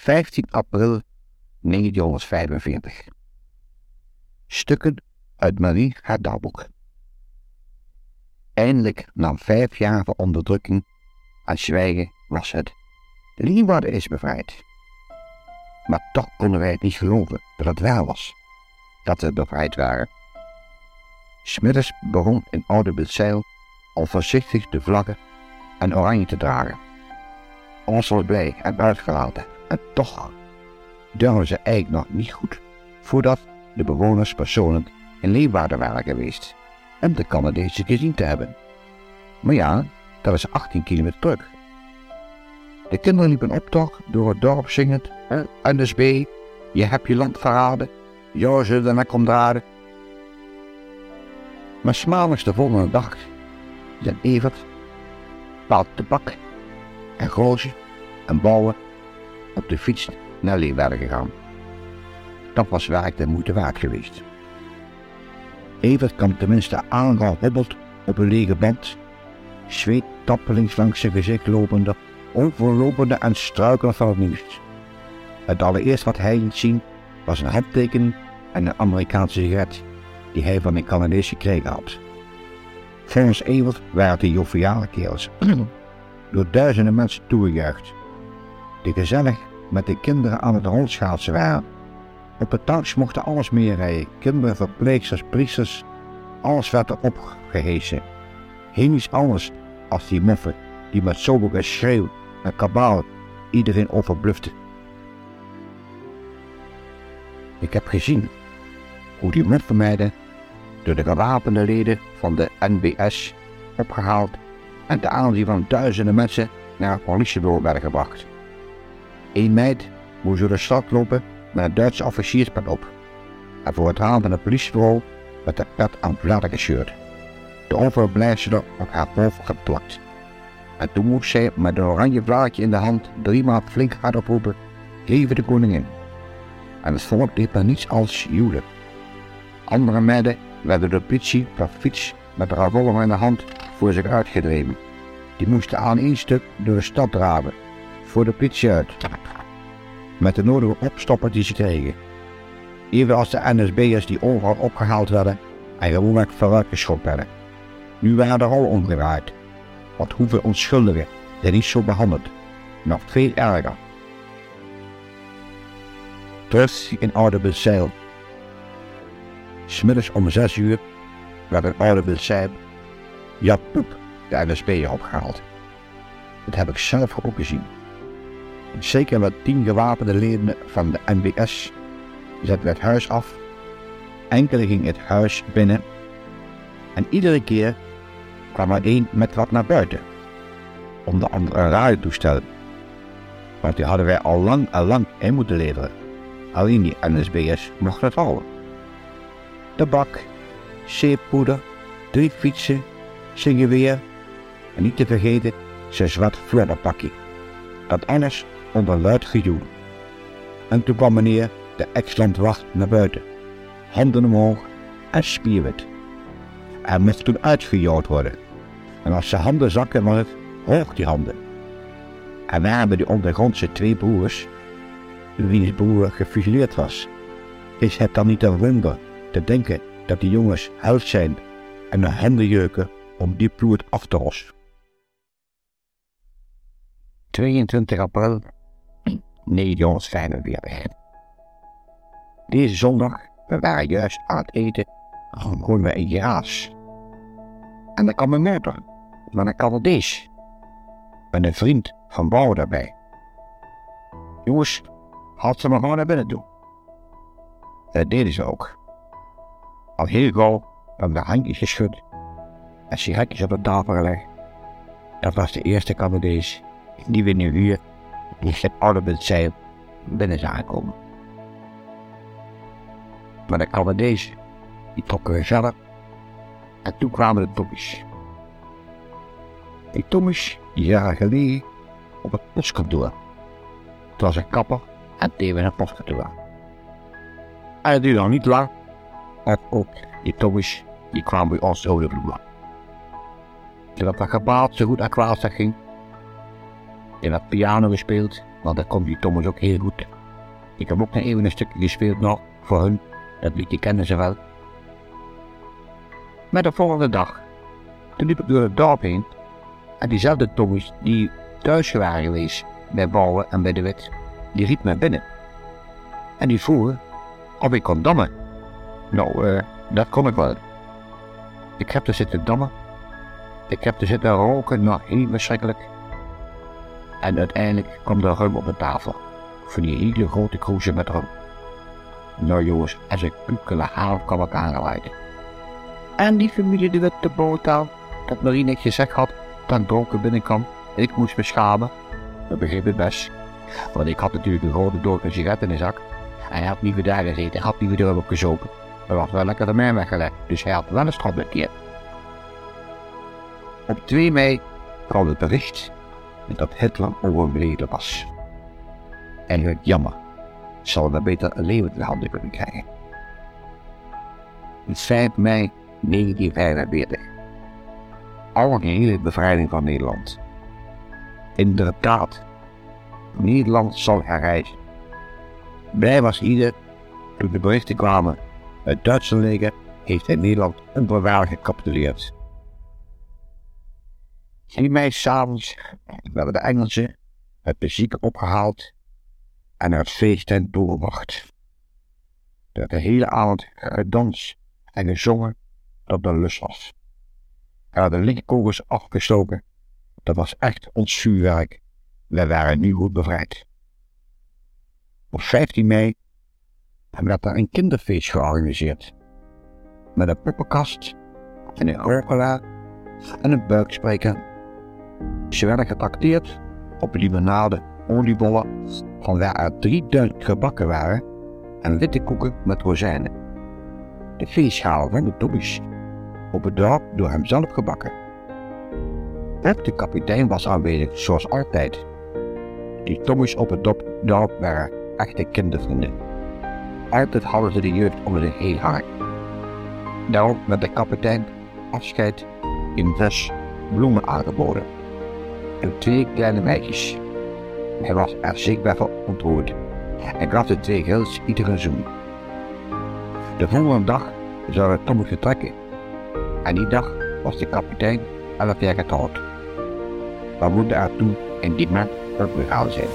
15 april 1945. Stukken uit Marie haar dagboek. Eindelijk, na 5 jaar van onderdrukking en zwijgen, was het. Leeuwarden is bevrijd. Maar toch konden wij het niet geloven dat het waar was, dat we bevrijd waren. 'S Middags begon in Oude Bilzijl al voorzichtig de vlaggen en oranje te dragen. Ons was blij en uitgelaten, en toch durfden ze eigenlijk nog niet goed voordat de bewoners persoonlijk in Leeuwarden waren geweest om de Canadezen gezien te hebben. Maar ja, dat is 18 kilometer terug. De kinderen liepen optocht door het dorp zingend: NSB, je hebt je land verraden, jou zullen we nek omdraden. Maar 's maandags de volgende dag zijn Evert, Paal de Bak en Goosje en Bouwen op de fiets naar Leeuwarden gegaan. Dat was werk de moeite waard geweest. Evert kwam tenminste aangehobbeld op een lege band, zweet tappelings langs zijn gezicht lopende, onverlopende en struikelend van het nieuws. Het allereerst wat hij liet zien was een handtekening en een Amerikaanse sigaret die hij van een Canadees gekregen had. Volgens Evert waren het de joviale kerels, door duizenden mensen toegejuicht, die gezellig met de kinderen aan het rondschaatsen waren. Op het tanks mochten alles meerijden, kinderen, verpleegsters, priesters, alles werd erop gehesen. Heen is anders als die moffen die met zoveel geschreeuw en kabaal iedereen overbluften. Ik heb gezien hoe die moffenmeiden door de gewapende leden van de NBS opgehaald en de aanzien van duizenden mensen naar het politiebureau werden gebracht. Eén meid moest door de stad lopen met een Duitse officierspet op en voor het raam van het politiebureau werd de pet aan fladen gescheurd, de overblijfselen op haar hoofd geplakt. En toen moest zij met een oranje vlagje in de hand 3 maal flink hard oproepen: "Leven de koningin!" En het volk deed maar niets als joelen. Andere meiden werden door de politie per fiets met een revolver in de hand voor zich uitgedreven. Die moesten aan één stuk door de stad draven, voor de politie uit, met de nodige opstoppen die ze kregen. Even als de NSB'ers die overal opgehaald werden en gewoonweg vooruitgeschopt werden. Nu waren de rollen omgedraaid, want hoeveel onschuldigen zijn niet zo behandeld, nog veel erger. Terug in Oude Bilzijl. 'S Middags om 6 uur werd in Oude Bilzijl Jan Poep, de NSB'er, opgehaald. Dat heb ik zelf ook gezien. Zeker met 10 gewapende leden van de NBS zetten we het huis af. Enkele gingen het huis binnen en iedere keer kwam er één met wat naar buiten, om de andere een radiotoestel, want die hadden wij al lang in moeten leveren. Alleen die NSB'ers mochten het houden. Tabak, zeepoeder, 3 fietsen, zijn geweer en niet te vergeten zijn zwart flodderpakje. Dat alles onder luid gejoel. En toen kwam meneer de ex-landwacht naar buiten, handen omhoog en spierwit. Hij moest toen uitgejouwd worden. En als zijn handen zakken was het hoog die handen. En we hebben die ondergrondse 2 broers, wiens broer gefusilleerd was. Is het dan niet een wonder te denken dat die jongens held zijn en hun handen jeuken om die ploert af te rossen? 22 april 1945. Deze zondag, we waren juist aan het eten, gewoon we een geraas. En dan kwam een motor van een Canadees, met een vriend van Bouw daarbij. Jongens, had ze maar gewoon naar binnen toe. Dat deden ze ook. Al heel gauw hebben de handjes geschud en sigaretjes op de tafel gelegd. Dat was de eerste Canadees die we nu hier in Oude Bilzijl binnen zijn gekomen. Maar de Canadezen die trokken weer verder en toen kwamen de Tommies. Die Tommies die waren gelegen op het postkantoor. Het was een kapper en tevens een postkantoor. En het duurde nog niet lang en ook die Tommies die kwamen bij ons over de vloer. Toen had dat gebaald zo goed en kwaad ging. Je had piano gespeeld want dat komt die Thomas ook heel goed. Ik heb ook nog even een stukje gespeeld nog voor hun. Dat liedje kennen ze wel. Maar de volgende dag, toen liep ik door het dorp heen. En diezelfde Thomas die thuis waren geweest bij Bouwen en bij de Wit, die riep mij binnen. En die vroeg of ik kon dammen. Nou, dat kon ik wel. Ik heb er zitten dammen. Ik heb er zitten roken, nog heel verschrikkelijk. En uiteindelijk kwam er rum op de tafel. Voor die hele grote kroezen met rum. Nou jongens, als een kukele haal kwam ik aangeweiden. En die familie die werd de boterham, dat Marie gezegd had, dat ik dronken binnenkwam. Ik moest me schamen. Dat begreep ik best. Want ik had natuurlijk een grote donkere sigaret in de zak. En hij had niet weer daar gezeten, hij had niet weer door opgezopen. Maar was wel lekker de mijn weggelegd, dus hij had wel een strop bekeerd. Op 2 mei kwam het bericht dat Hitler overleden was. En het jammer, zal we beter een leven in de handen kunnen krijgen. Het 5 mei 1945. Algehele bevrijding van Nederland. Inderdaad, Nederland zal herrijzen. Blij was ieder toen de berichten kwamen. Het Duitse leger heeft in Nederland onverwaardig gecapituleerd. 3 mei 's avonds werden de Engelsen het muziek opgehaald en er het feesttent doorgebracht. Er werd de hele avond gedanst en gezongen dat de lust was. Er werden lichtkogels afgestoken. Dat was echt ons vuurwerk. Wij waren nu goed bevrijd. Op 15 mei werd er een kinderfeest georganiseerd. Met een poppenkast en een orgelaar en een buikspreker. Ze werden getrakteerd op limonade, oliebollen, van waar er 3000 gebakken waren en witte koeken met rozijnen. De feestschaal van de Tommy's, op het dorp door hem zelf gebakken. Ook de kapitein was aanwezig, zoals altijd. Die Tommy's op het dorp waren echte kindervrienden. Altijd hadden ze de jeugd om zich heen hangen. Daarom werd de kapitein afscheid in 6 bloemen aangeboden. En 2 kleine meisjes. Hij was er zichtbaar van ontroerd en gaf de 2 gils ieder een zoen. De volgende dag zou Tommy vertrekken. En die dag was de kapitein 11 jaar getrouwd. Maar moet er toen in die maand ook begaan zijn.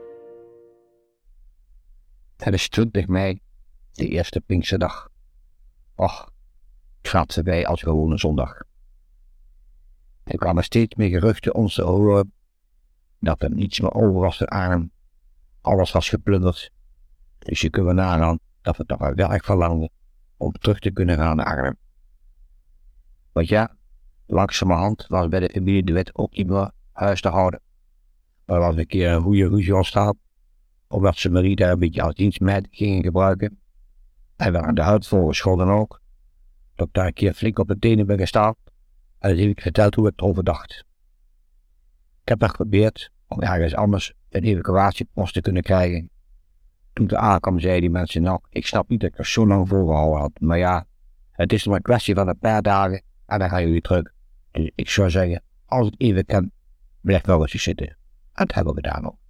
Het is 20 mei, de eerste Pinksterdag. Och, het gaat voorbij als gewone zondag. Er kwamen steeds meer geruchten ons te horen dat er niets meer over was in Arnhem. Alles was geplunderd. Dus je kunt wel nagaan dat we toch wel erg verlangden om terug te kunnen gaan naar Arnhem. Want ja, langzamerhand was bij de familie de Wet ook niet meer huis te houden. Er was een keer een goede ruzie ontstaan, omdat ze Marie daar een beetje als dienstmeid gingen gebruiken. En waren de huidvolgerscholen ook. Dat ik daar een keer flink op de tenen ben gestaan. En dan heb ik verteld hoe ik het overdacht. Ik heb nog geprobeerd om ergens anders een evacuatiepost te kunnen krijgen. Toen ik aankwam zeiden die mensen, nou, ik snap niet dat ik er zo lang volgehouden had. Maar ja, het is nog een kwestie van een paar dagen en dan gaan jullie terug. Dus ik zou zeggen, als het even kan, blijf wel eens zitten. En dat hebben we gedaan ook.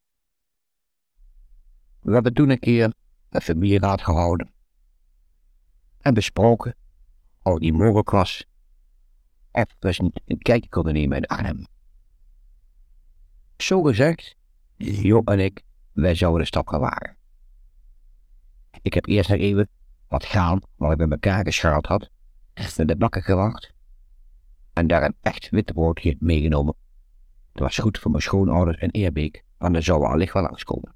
We hebben toen een keer een familieraad gehouden. En besproken, al die mogelijk was, of we een kijkje konden nemen in Arnhem. Zo gezegd, Joop en ik, wij zouden de stap gaan wagen. Ik heb eerst nog even wat gaan, wat ik bij elkaar geschaald had, naar de bakken gewacht en daar een echt wittebroodje meegenomen. Dat was goed voor mijn schoonouders in Eerbeek, want daar zouden we allicht wel langskomen.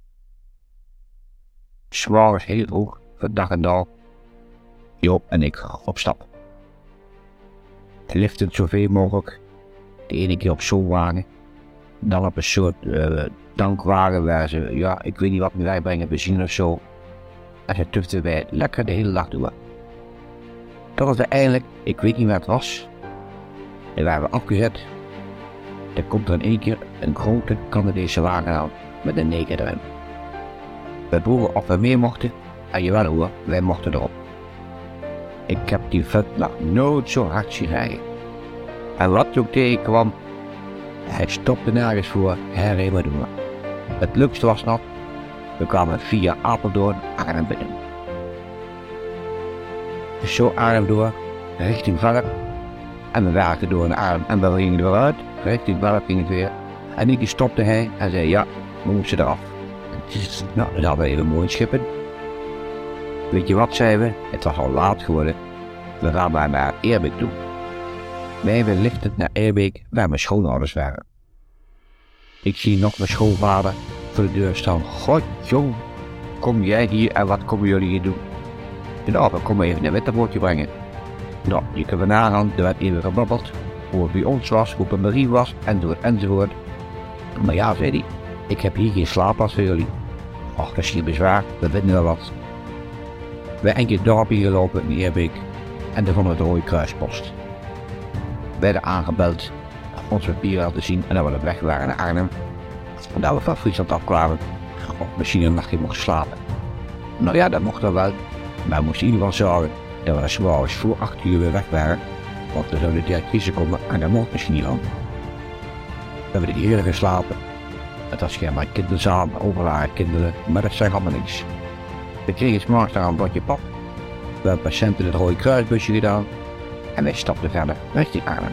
'S morgens heel vroeg, voor dag en dauw, Joop en ik op stap. Liftend zoveel mogelijk, de ene keer op zo'n wagen, dan op een soort tankwagen waar ze, ja, ik weet niet wat wij brengen, benzine of zo. En ze tuften wij lekker de hele dag door. Tot het uiteindelijk, ik weet niet waar het was, en waren we afgezet. Er komt er in één keer een grote Canadese wagen aan, met een neger erin. We vroegen of we mee mochten, en jawel hoor, wij mochten erop. Ik heb die vet nog nooit zo hard zien rijden. En wat ook tegenkwam, hij stopte nergens voor, hij reed maar door. Het leukste was nog, we kwamen via Apeldoorn Arnhem binnen. Dus zo Arnhem door, richting Velp. En we werkten door naar Arnhem en we gingen eruit, richting Velp ging het weer. En ik stopte hij en zei ja, we moesten eraf. Nou, dan hadden we even mooi schippen. Weet je wat, zeiden we? Het was al laat geworden. We gaan maar naar Eerbeek toe. Wij weer lichtend naar Eerbeek, waar mijn schoonouders waren. Ik zie nog mijn schoonvader voor de deur staan. God jong, kom jij hier en wat komen jullie hier doen? Nou, we komen even een witterbroodje brengen. Nou, je kunt we nagaan, er werd even gebabbeld. Hoe het bij ons was, hoe het bij Marie was, enzovoort. Maar ja, zei hij, ik heb hier geen slaapplaats voor jullie. Och, dat is geen bezwaar, we vinden wel wat. Wij enkele dorpje gelopen in Eerbeek en er vonden we de Rode Kruispost. We werden aangebeld, ons papier laten zien en dat we op weg waren naar Arnhem. En dat we van Friesland afkwamen, of misschien een nachtje mochten slapen. Nou ja, dat mocht dan wel, maar we moesten in ieder geval zorgen dat we er 's morgens voor 8 uur weer weg waren, want we zouden de directrice komen en dat mocht misschien niet lang. We hebben de heren geslapen. Het was geen maar kinderzaal, overal waren kinderen, maar dat zei allemaal niks. We kregen 's morgens daar een bordje pap. We hebben patiënten het Rode Kruisbusje gedaan en wij stapten verder richting Arnhem.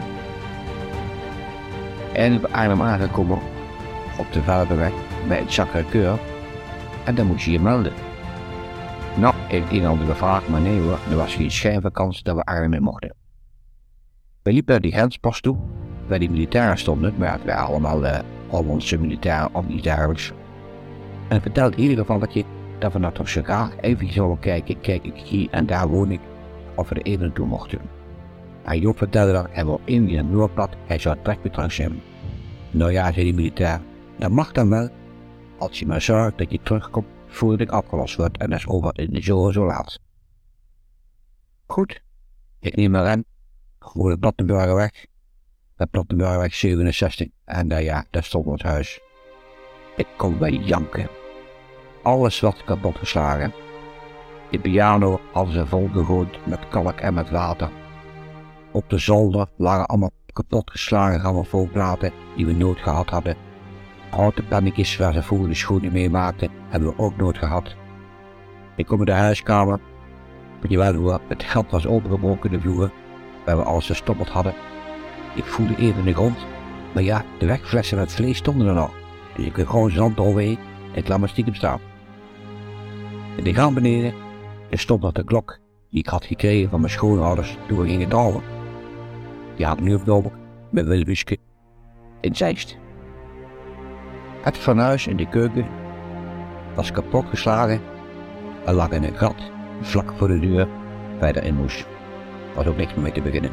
En bij Arnhem aangekomen op de Velpenweg bij het Sacré-Cœur en dan moest je je melden. Nou, heeft een ander gevraagd, maar nee hoor, er was geen schijnvakantie dat we Arnhem in mochten. We liepen naar die grenspost toe, waar die militairen stonden, maar het waren allemaal onze militairen of iets dergelijks. En het vertelde in ieder geval dat we nou toch zo graag even zouden kijken, kijk ik hier en daar woon ik, of we er even naartoe mochten. En Joop vertelde dat hij wel in het Noordblad, hij zou trek weer terug zijn. Nou ja, zei die militair, dat mag dan wel, als je maar zorgt dat je terugkomt voordat ik afgelost wordt en dat is over in de zomer zo laat. Goed, ik neem maar aan, voor de Plattenburgerweg, de Plattenburgerweg 67 en ja, daar stond ons huis. Ik kon bij janken. Alles was kapot geslagen. De piano hadden ze volgegooid met kalk en met water. Op de zolder lagen allemaal kapot geslagen grammofoonplaten die we nooit gehad hadden. Houten pannetjes waar ze vroeger de schoenen mee maakten, hebben we ook nooit gehad. Ik kom in de huiskamer. Weet je wel hoe het gat was opengebroken de vloer, waar we alles verstoppeld hadden. Ik voelde even de grond, maar ja, de wegflessen met vlees stonden er nog. Dus ik kreeg gewoon zand eroverheen en ik laat me stiekem staan. In de gang beneden, er stond nog de klok die ik had gekregen van mijn schoonouders toen we gingen trouwen. Die had ik nu opgenomen met Wilbuske in Zeist. Het fornuis in de keuken was kapot geslagen en lag in een gat vlak voor de deur waar je erin moest. Er was ook niks meer mee te beginnen.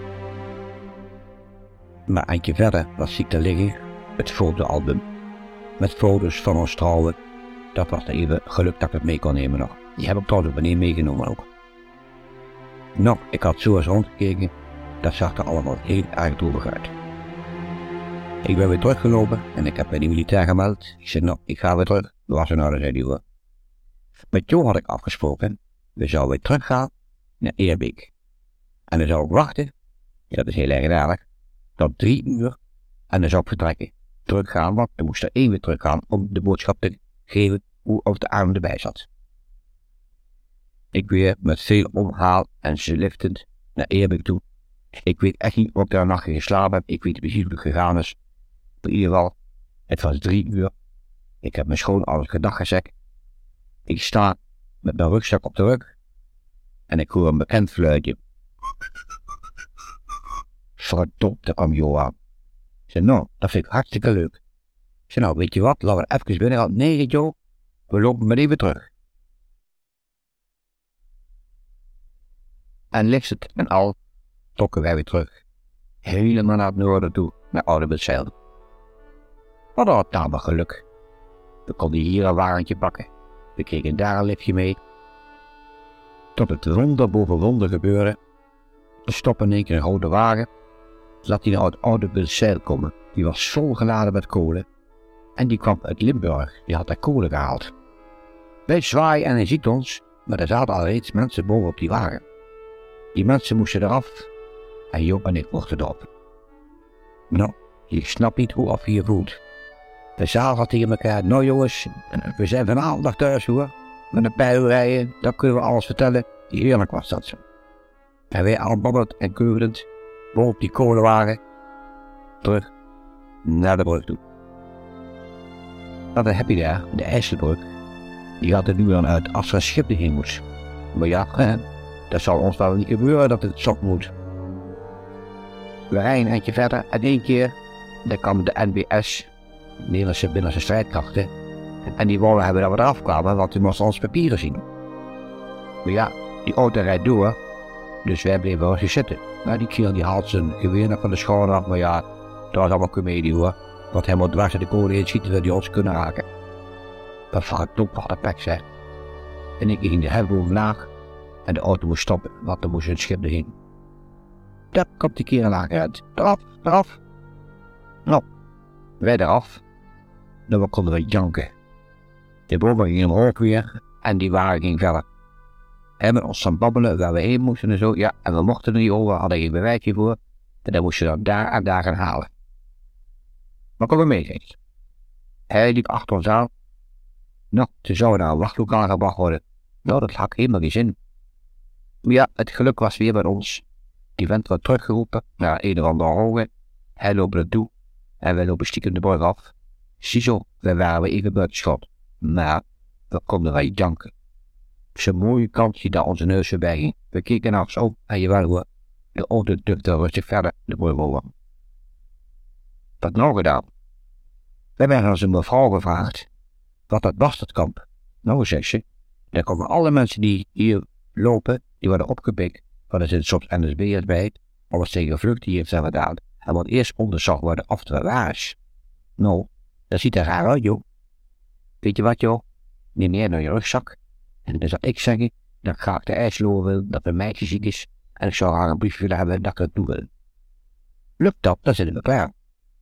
Maar een eindje verder was ik te liggen, het fotoalbum met foto's van ons trouwen. Dat was er even geluk dat ik het mee kon nemen nog. Die heb ik trouwens ook meegenomen ook. Nou, ik had zo eens rondgekeken, dat zag er allemaal heel erg droevig uit. Ik ben weer teruggelopen en ik heb bij die militair gemeld. Ik zei, nou, ik ga weer terug. Dat was er nou, zei die hoor. Met Jo had ik afgesproken, we zouden weer teruggaan naar Eerbeek. En dan zou ik wachten, ja, dat is heel erg aardig, tot 3 uur en dan zou ik vertrekken. Teruggaan, want we moesten er 1 weer teruggaan om de boodschap te geven hoe of de arm erbij zat. Ik weer met veel omhaal en ze liftend naar Eerbeek toe. Ik weet echt niet of ik daar een nachtje geslapen heb, ik weet precies hoe het gegaan is. In ieder geval, het was 3 uur. Ik heb mijn schoonouders gedag gezegd. Ik sta met mijn rugzak op de rug en ik hoor een bekend fluitje. Verdomd, daar kwam Jo aan. Ik zei, nou, dat vind ik hartstikke leuk. Ik zei, nou, weet je wat, laten we even binnen gaan. Nee, Jo, we lopen maar even terug. En licht het en al, trokken wij weer terug. Helemaal naar het noorden toe, naar Oudebetzijl. We hadden al tamelijk geluk. We konden hier een wagentje pakken. We kregen daar een liftje mee. Tot het wonder boven wonder gebeurde. We stoppen in één keer een grote wagen. Laat die nou uit Oudebetzijl komen. Die was volgeladen met kolen. En die kwam uit Limburg. Die had daar kolen gehaald. Wij zwaaien en hij ziet ons. Maar er zaten al reeds mensen boven op die wagen. Die mensen moesten eraf. En Joop en ik mochten erop. Nou, je snapt niet hoe af je je voelt. We zagen tegen elkaar, nou jongens, we zijn vanavond nog thuis hoor. Met een pijl rijden, dan kunnen we alles vertellen. Heerlijk was dat zo. En wij al babbelend en keurend, boven die kolenwagen, terug naar de brug toe. Dan heb je daar, de IJsselbrug. Die gaat er nu dan uit als er een schip erheen moet. Maar ja, dat zal ons wel niet gebeuren dat het zo moet. We rijden een eindje verder en 1 keer, dan kwam de NBS, Nederlandse Binnenlandse Strijdkrachten. En die wouden hebben dat we eraf kwamen, want die moesten ons papieren zien. Maar ja, die auto rijdt door, dus wij bleven wel zitten. Nou, die kerel die haalt zijn geweer nog van de schouder af, maar ja, dat was allemaal comedie hoor. Want hij moet dwars in de kolen heen schieten dat die ons kunnen raken. Dat valt ook wat de pek zeg. En ik ging de hefboom omlaag en de auto moest stoppen, want dan moest een schip erheen. Daar komt die kerel aangerend. Eraf. Nou, wij eraf. Dan konden we janken. De bomen gingen omhoog weer en die wagen ging verder. We hebben ons aan babbelen waar we heen moesten en zo. Ja, en we mochten er niet over, hadden geen bewijsje voor. En dan moesten we dan daar en daar gaan halen. Maar kom maar mee, zei hij. Hij liep achter ons aan. Nou, ze zouden naar een wachtlokaal gebracht worden. Nou, dat had helemaal geen zin. Maar ja, het geluk was weer bij ons. Die vent werd teruggeroepen naar een of andere hoge. Hij loopt er toe en wij lopen stiekem de brug af. Ziezo, wij waren weer even buiten schot. Maar, we konden wel janken. Zo'n mooie kansje dat onze neus voorbij ging. We keken naar ons op en jawel hoor, de auto dukte rustig verder de brug over. Wat nou gedaan? We hebben als een mevrouw gevraagd wat dat was, dat kamp. Nou, zegt ze, daar komen alle mensen die hier lopen, die worden opgepikt, want er zit soms NSB'ers bij, of het tegen vlucht die heeft zijn gedaan. Hij moet eerst onderzocht worden of het wel waar is. Nou, dat ziet er raar uit, joh. Weet je wat, joh? Neem jij nou je rugzak. En dan zou ik zeggen, dat ik graag de IJsselhoorn wil, dat mijn meisje ziek is, en ik zou haar een briefje willen hebben dat ik het toe wil. Lukt dat, dan zitten we klaar.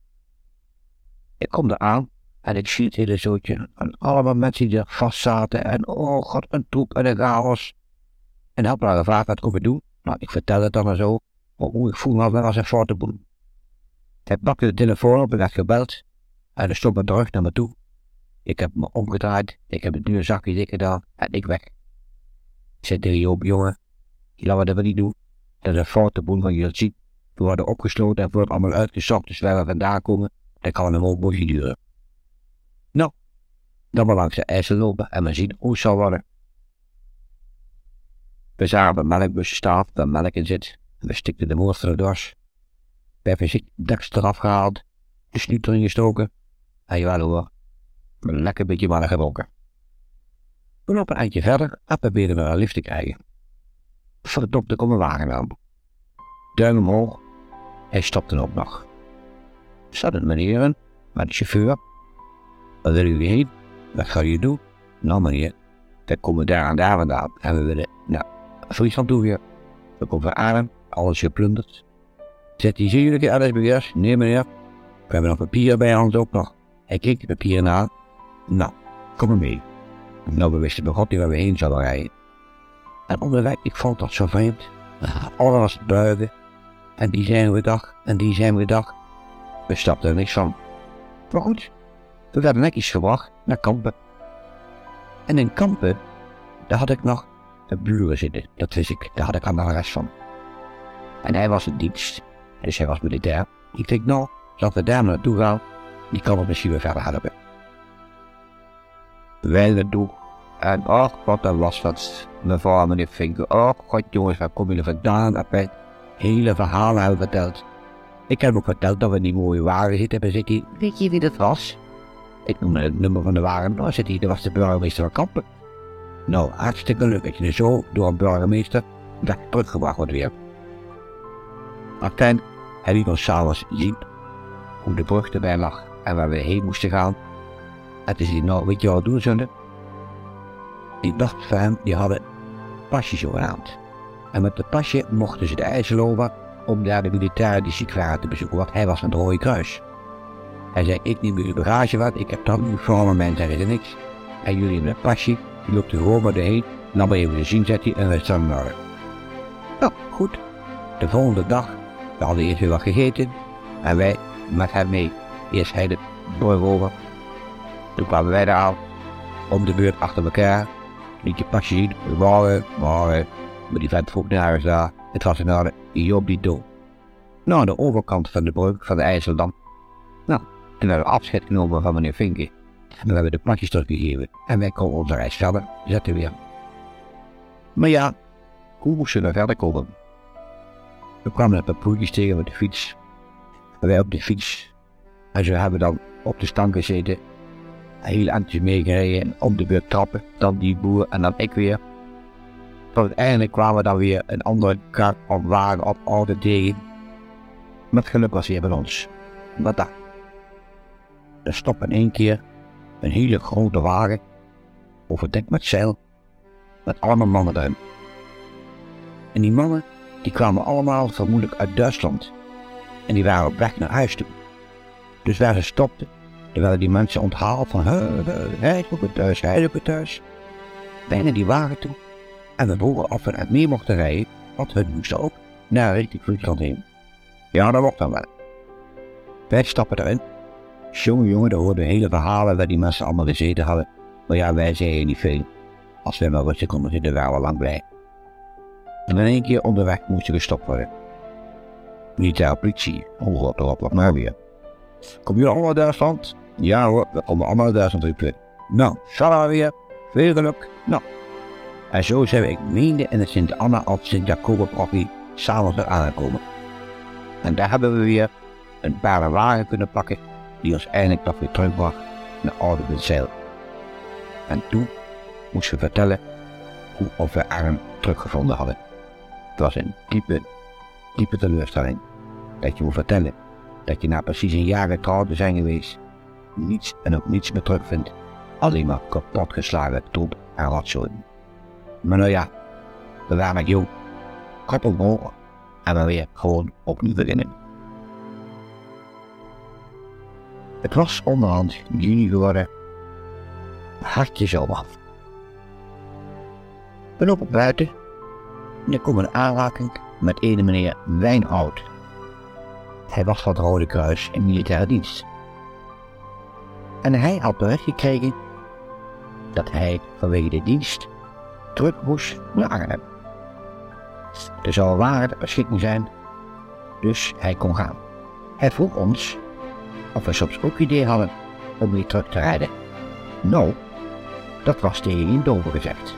Ik kom eraan en ik zie het hele zootje van allemaal mensen die er vast zaten en oh god, een troep en een chaos. En had me dan gevraagd wat ik doen. Nou, ik vertel het dan maar zo, maar hoe ik voel me wel als een foute boel. Hij pakte de telefoon op en werd gebeld en hij stond me terug naar me toe. Ik heb me omgedraaid, ik heb het nu een zakje dik gedaan en ik weg. Ik zei tegen Joop, jongen, laten we dat wel niet doen. Dat is een foute boel van je dat ziet. We worden opgesloten en worden allemaal uitgezocht, dus waar we vandaan komen, dan kan een mooi duren. Nou, dan maar langs de IJssel lopen en we zien hoe het zal worden. We zagen een melkbusje staan, waar melk in zit. We stikten de moord er dwars. We hebben zich deksel eraf gehaald, de snuit erin gestoken. En jawel hoor, een lekker beetje melk gebroken. We lopen een eindje verder en proberen we een lift te krijgen. Voor de dokter komt een wagen aan. Duim omhoog, hij stopte ook nog. Er staat een meneer in, met de chauffeur. Waar wil u heen? Wat ga je doen? Nou meneer, wij komen daar en daar vandaan en we willen, nou, Friesland toe weer. We komen van Arnhem, alles geplunderd. Zet die zien jullie LSBS? Nee meneer, we hebben nog papier bij ons ook nog. Hij keek de papieren aan. Nou, kom maar mee. Nou, we wisten bij God niet waar we heen zouden rijden. En onderweg, ik vond dat zo vreemd. Alles was buigen. En die zijn we dag, en die zijn we dag. We stapten er niks van. Maar goed, we werden netjes gebracht naar Kampen. En in Kampen, daar had ik nog een buren zitten, dat wist ik, daar had ik aan de rest van. En hij was in dienst, dus hij was militair. Ik denk nou, dat we daar naartoe gaan, die kan het misschien weer verder helpen. Wij naartoe, en och wat dat was dat, mevrouw en meneer Vinken, oh god jongens, waar komen jullie vandaan? Dat wij hele verhalen hebben verteld. Ik heb ook verteld dat we in die mooie wagen zitten zitten. Weet je wie dat was? Ik noemde het nummer van de wagen, daar zit hij, dat was de burgemeester van Kampen. Nou, hartstikke leuk dat je er zo door een burgemeester weg teruggebracht wordt weer. Martijn, hij liet ons s'avonds zien hoe de brug erbij lag en waar we heen moesten gaan. En toen zei hij, nou weet je wat we doen zullen? Die dacht van hem, die hadden pasjes zogenaamd. En met het pasje mochten ze de IJssel over om daar de militairen die ziek waren te bezoeken, want hij was van het Rode Kruis. Hij zei, ik neem jullie bagage wat, ik heb dan uniformen, mijn zeggen ze niks. En jullie hebben een pasje, die loopt er gewoon maar doorheen, dan maar even de zien zet hij en we staan morgen. Nou, goed. De volgende dag, we hadden eerst weer wat gegeten en wij met hem mee. Eerst hij de brug over Toen kwamen wij eraan, om de beurt achter elkaar. Liet je pasje zien, morgen. Maar die vent vroeg naar huis daar. Het was een orde, Joop die dood. Nou, aan de overkant van de brug van de IJsseldam. Nou, toen hebben we afscheid genomen van meneer Vinken. En we hebben de pakjes teruggegeven. En wij konden onze reis verder zetten weer. Maar ja, hoe moesten we verder komen? We kwamen een paar poeltjes tegen met de fiets. En wij op de fiets. En zo hebben we dan op de stang gezeten. Heel eindjes meegereden en op de beurt trappen. Dan die boer en dan ik weer. Tot uiteindelijk kwamen we dan weer een andere kar of wagen op orde tegen. Met geluk was hij bij ons. Wat dan? Er stopte in één keer een hele grote wagen. Overdekt met zeil. Met allemaal mannen erin. En die mannen die kwamen allemaal vermoedelijk uit Duitsland. En die waren op weg naar huis toe. Dus waar ze stopten, er werden die mensen onthaald van hij is ook thuis, hij is ook thuis. Bijna die wagen toe. En we vroegen of we het mee mochten rijden, want hun moesten ook naar richting Friesland heen. Ja, dat mocht dan wel. Wij stappen erin. Jongen, daar hoorden hele verhalen waar die mensen allemaal gezeten hadden. Maar ja, wij zeiden niet veel. Als wij maar rustig konden zitten, waren we lang blij. En in één keer onderweg moesten we gestopt worden. Militaire politie, op maar weer. Kom jullie allemaal uit Duitsland? Ja hoor, we komen allemaal uit Duitsland riepen. Nou, gaan we weer. Veel geluk. Nou. En zo zijn we, ik meende, in de Sint-Anna of Sint-Jacobus-proppie s'avonds weer aangekomen. En daar hebben we weer een wagen kunnen pakken die ons eindelijk nog weer terugbracht naar Oudebuurtzijl. En toen moesten we vertellen hoe of we Arm teruggevonden hadden. Het was een diepe teleurstelling. Dat je moet vertellen dat je na precies een jaar getrouwd te zijn geweest, niets en ook niets meer terugvindt. Alleen maar kapotgeslagen troep en rotzooi. Maar nou ja, we waren met jong, kop omhoog en we weer gewoon opnieuw beginnen. Het was onderhand juni geworden, hartje zomer. We lopen buiten en er komt een aanraking met ene meneer Wijnhout. Hij was van het Rode Kruis in militaire dienst. En hij had bericht gekregen dat hij vanwege de dienst terug moest naar Arnhem. Er zou een wagen ter beschikking zijn, dus hij kon gaan. Hij vroeg ons of we soms ook idee hadden om weer terug te rijden. Nou, dat was tegen in Dover gezegd.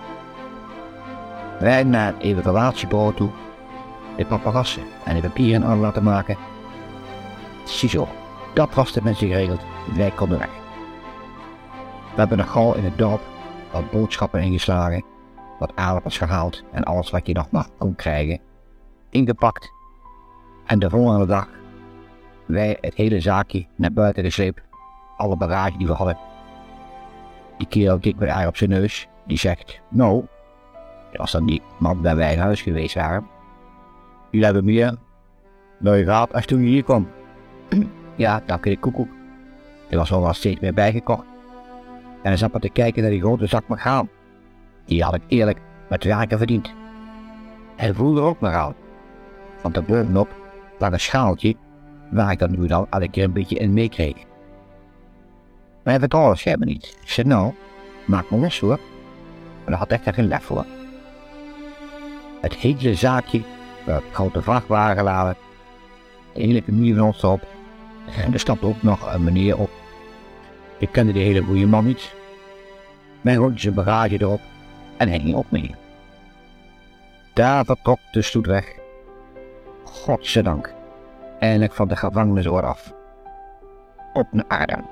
Wij naar het evacuatiebureau toe, de paparazzen en de papieren aan laten maken. Ziezo, dat was de mensen geregeld, wij konden weg. We hebben nog gauw in het dorp wat boodschappen ingeslagen, wat aardappels gehaald en alles wat je nog maar kon krijgen, ingepakt. En de volgende dag, wij het hele zaakje naar buiten gesleept, alle bagage die we hadden. Die kerel keek met haar op zijn neus, die zegt, nou, als dan die man bij wij in huis geweest waren, jullie hebben meer dan je gehad als toen je hier kwam. Ja, dank de koekoek. Er was wel steeds meer bijgekocht. En hij zat maar te kijken naar die grote zak gaan. Die had ik eerlijk met werken verdiend. Hij voelde er ook naar aan. Want er bovenop lag een schaaltje waar ik dan nu dan elke keer een beetje in meekreeg. Maar hij vertrouwde schijnbaar niet. Ik zei nou, maak me los hoor. Maar daar had echt geen lef voor. Het hele zaakje, het grote vrachtwagen geladen, de hele familie van ons erop. En er stapte ook nog een meneer op. Ik kende die hele goede man niet. Mij gooide zijn bagage erop en hij ging ook mee. Daar vertrok de stoet weg. Godzijdank. Eindelijk van de gevangenisoord af. Op naar Arnhem.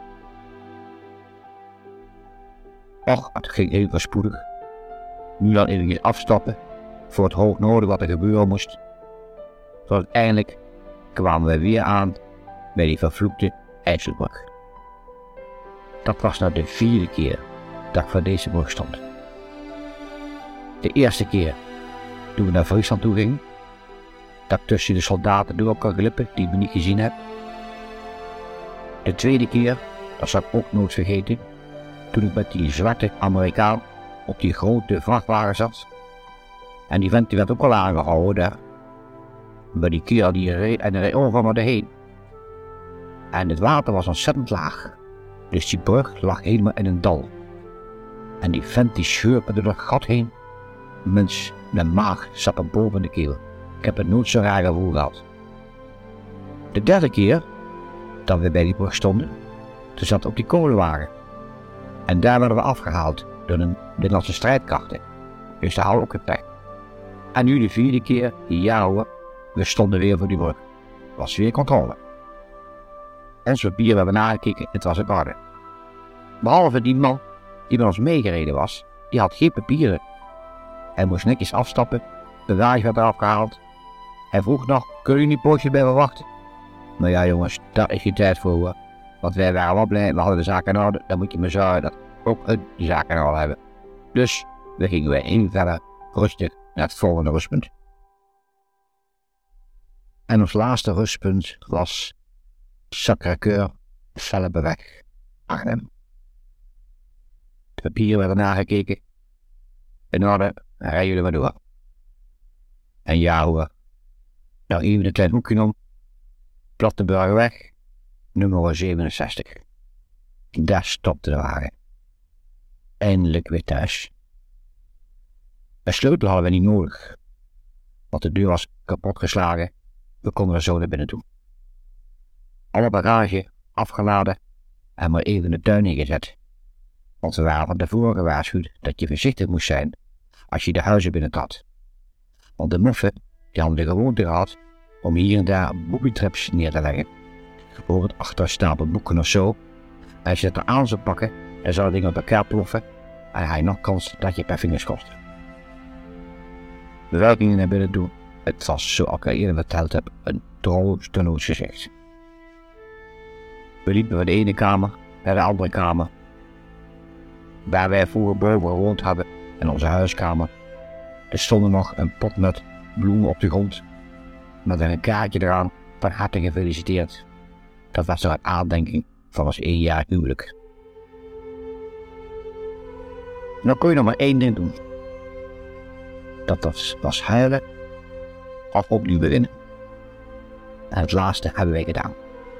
Och, het ging heel spoedig. Nu dan even afstappen voor het hoognodige wat er gebeuren moest. Tot uiteindelijk kwamen we weer aan bij die vervloekte IJsselbrug. Dat was nou de 4e keer dat ik voor deze brug stond. De eerste keer toen we naar Friesland toe gingen, dat ik tussen de soldaten door kan glippen die ik niet gezien heb. De tweede keer, dat zal ik ook nooit vergeten, toen ik met die zwarte Amerikaan op die grote vrachtwagen zat. En die vent die werd ook al aangehouden daar. Maar die kerel die reed en hij reed overal maar erheen. En het water was ontzettend laag. Dus die brug lag helemaal in een dal. En die vent die scheurde door dat gat heen. Mens, mijn maag zat er boven de keel. Ik heb het nooit zo raar gevoel gehad. De derde keer dat we bij die brug stonden, toen zat op die kolenwagen. En daar werden we afgehaald door een Nederlandse strijdkrachten. Dus daar hadden we ook gevecht. En nu de vierde keer, ja hoor, we stonden weer voor die brug. Het was weer controle. Ons papier hebben we nagekeken, het was in orde. Behalve die man die met ons meegereden was, die had geen papieren. Hij moest netjes afstappen, de bagage werd eraf gehaald. Hij vroeg nog, kunnen jullie een poosje bij me wachten? Nou ja jongens, daar is geen tijd voor hoor. Want wij waren wel blij, we hadden de zaken in orde, dan moet je me zorgen dat ook hun die zaken in orde hebben. Dus we gingen weer even verder, rustig naar het volgende rustpunt. En ons laatste rustpunt was Sacré-Cœur, Vellenbeweg, Arnhem. De papieren werden nagekeken. In orde, dan rijden jullie maar door. En ja hoor, nou even een klein hoekje om. Plattenburgerweg, nummer 67. Daar stopte de wagen. Eindelijk weer thuis. Een sleutel hadden we niet nodig, want de deur was kapot geslagen. We konden er zo naar binnen toe. Alle bagage afgeladen en maar even in de tuin neergezet. Want we waren van tevoren gewaarschuwd dat je voorzichtig moest zijn als je de huizen binnentrad. Want de moffen die hadden de gewoonte gehad om hier en daar booby-traps neer te leggen. Bijvoorbeeld achter een stapel boeken of zo. En als je het er aan zou pakken, dan zou het ding op elkaar ploffen en hij nog kans dat je per vingers kost. We gingen naar binnen toe. Het was, zoals ik al eerder verteld heb, een troosteloos gezicht. We liepen van de ene kamer naar de andere kamer. Waar wij vroeger boven gewoond hadden, in onze huiskamer. Er stond nog een pot met bloemen op de grond. Met een kaartje eraan, van harte gefeliciteerd. Dat was toch een aandenking van ons 1 jaar huwelijk. Nou kon je nog maar één ding doen. Dat was huilen of opnieuw beginnen. En het laatste hebben wij gedaan.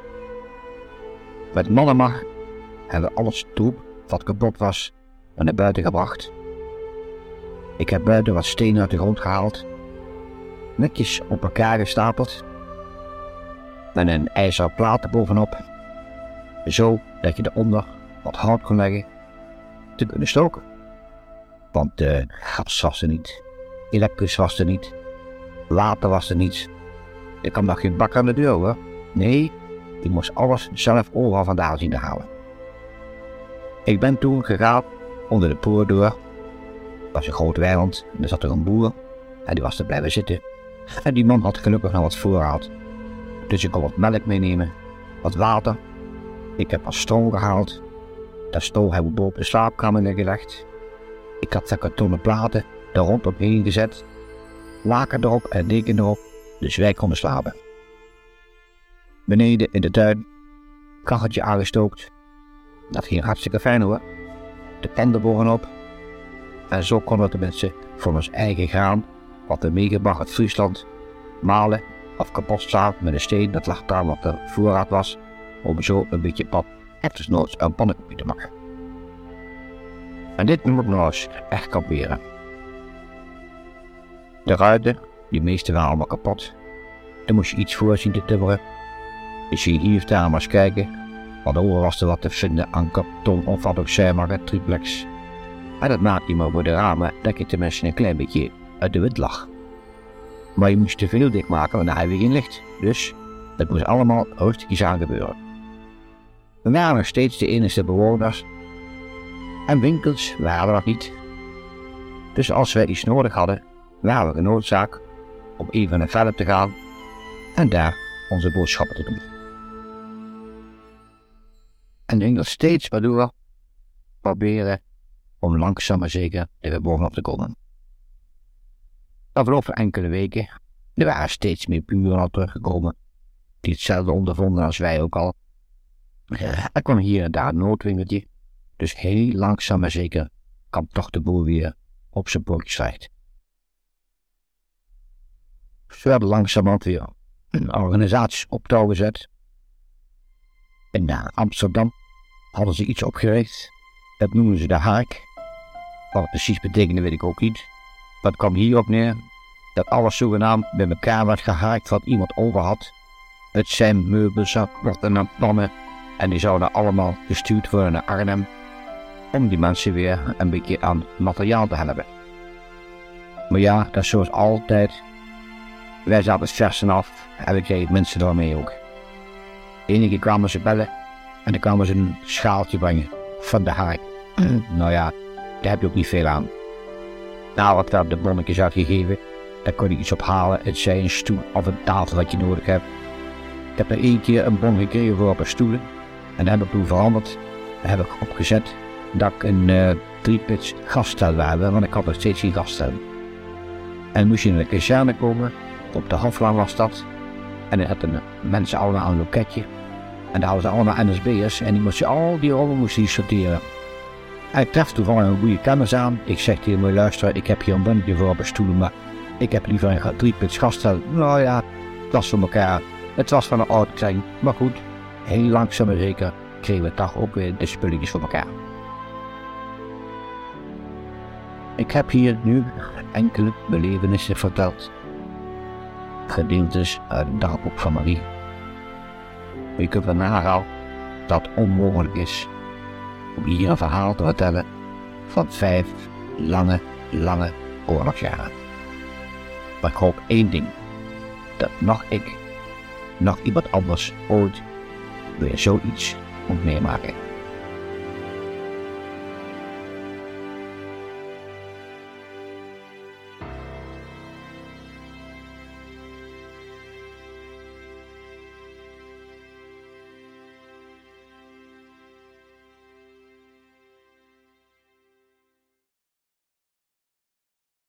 Met mannenmacht hebben we alles troep wat kapot was naar buiten gebracht. Ik heb buiten wat stenen uit de grond gehaald, netjes op elkaar gestapeld, met een ijzeren plaat erbovenop, zo dat je eronder wat hout kon leggen te kunnen stoken. Want gas was er niet, elektrisch was er niet, water was er niet. Er kwam nog geen bak aan de deur hoor. Nee, ik moest alles zelf overal vandaan zien te halen. Ik ben toen gegaan onder de poort door. Het was een groot weiland en er zat er een boer en die was er blijven zitten. En die man had gelukkig nog wat voorraad. Dus ik kon wat melk meenemen, wat water. Ik heb wat stro gehaald. Dat stro hebben we boven de slaapkamer neergelegd. Ik had de kartonnen platen er rondom gezet. Laken erop en deken erop, dus wij konden slapen. Beneden in de tuin, kacheltje aangestookt. Dat ging hartstikke fijn hoor. De tent er bovenop. En zo konden we tenminste voor ons eigen graan, wat we meegebracht uit Friesland, malen of kapot slaan met een steen dat lag daar wat er voorraad was, om zo een beetje pad en desnoods een pannenkoekje te maken. En dit noem ik nou eens echt kamperen. De ruiten, die meeste waren allemaal kapot. Daar moest je iets voor zien te timmeren. Dus je hier of daar maar eens kijken, want overal was er wat te vinden aan karton of wat ook zij maar, triplex. En dat maakte je maar voor de ramen dat je tenminste een klein beetje uit de wind lag. Maar je moest te veel dik maken, want dan had je geen licht. Dus dat moest allemaal rustigjes aan gebeuren. We waren nog steeds de enige bewoners. En winkels waren er nog niet. Dus als wij iets nodig hadden, waren we genoodzaakt om even naar verder te gaan en daar onze boodschappen te doen. En ging er steeds wat door proberen om langzaam maar zeker er weer bovenop te komen. Na verloop van enkele weken, er waren steeds meer buren al teruggekomen, die hetzelfde ondervonden als wij ook al. Er kwam hier en daar een noodwinkeltje, dus heel langzaam maar zeker kwam toch de boel weer op zijn pootjes terecht. Ze werden langzamerhand weer een organisatie op touw gezet. In Amsterdam hadden ze iets opgericht. Dat noemen ze de haak. Wat het precies betekende weet ik ook niet. Maar het kwam hierop neer dat alles zogenaamd bij elkaar werd gehaakt wat iemand over had. Het zijn meubels, zakpotten en pannen. En die zouden allemaal gestuurd worden naar Arnhem. Om die mensen weer een beetje aan materiaal te helpen. Maar ja, dat is zoals altijd. Wij zaten versen af en we kregen mensen daarmee ook. Eén keer kwamen ze bellen en dan kwamen ze een schaaltje brengen van de haak. Nou ja, daar heb je ook niet veel aan. Nou, wat daar de bonnetjes uitgegeven, daar kon je iets op halen. Het zij een stoel of een tafel wat je nodig hebt. Ik heb er 1 keer een bon gekregen voor op een stoelen. En dat heb ik toen veranderd. Dat heb ik opgezet dat ik een 3-pits gasstel wil hebben, want ik had nog steeds geen gasstel. En dan moest je in de kazerne komen, op de Hoflaan was dat. En dan hadden mensen allemaal een loketje. En daar hadden ze allemaal NSB'ers en die moesten al die rollen moesten die sorteren. En ik tref toevallig een goede kennis aan. Ik zeg tegen hem, luister, ik heb hier een bonnetje voor op een stoel, maar ik heb liever een 3-pits gasstel. Nou ja, het was voor elkaar. Het was van een oud kring, maar goed, heel langzaam maar zeker kregen we toch ook weer de spulletjes voor elkaar. Ik heb hier nu enkele belevenissen verteld. Gedeeltes uit het dagboek van Marie. Je kunt wel nagaan dat het onmogelijk is om hier een verhaal te vertellen van 5 lange oorlogsjaren. Maar ik hoop één ding, dat nog ik, nog iemand anders ooit weer zoiets moet meemaken.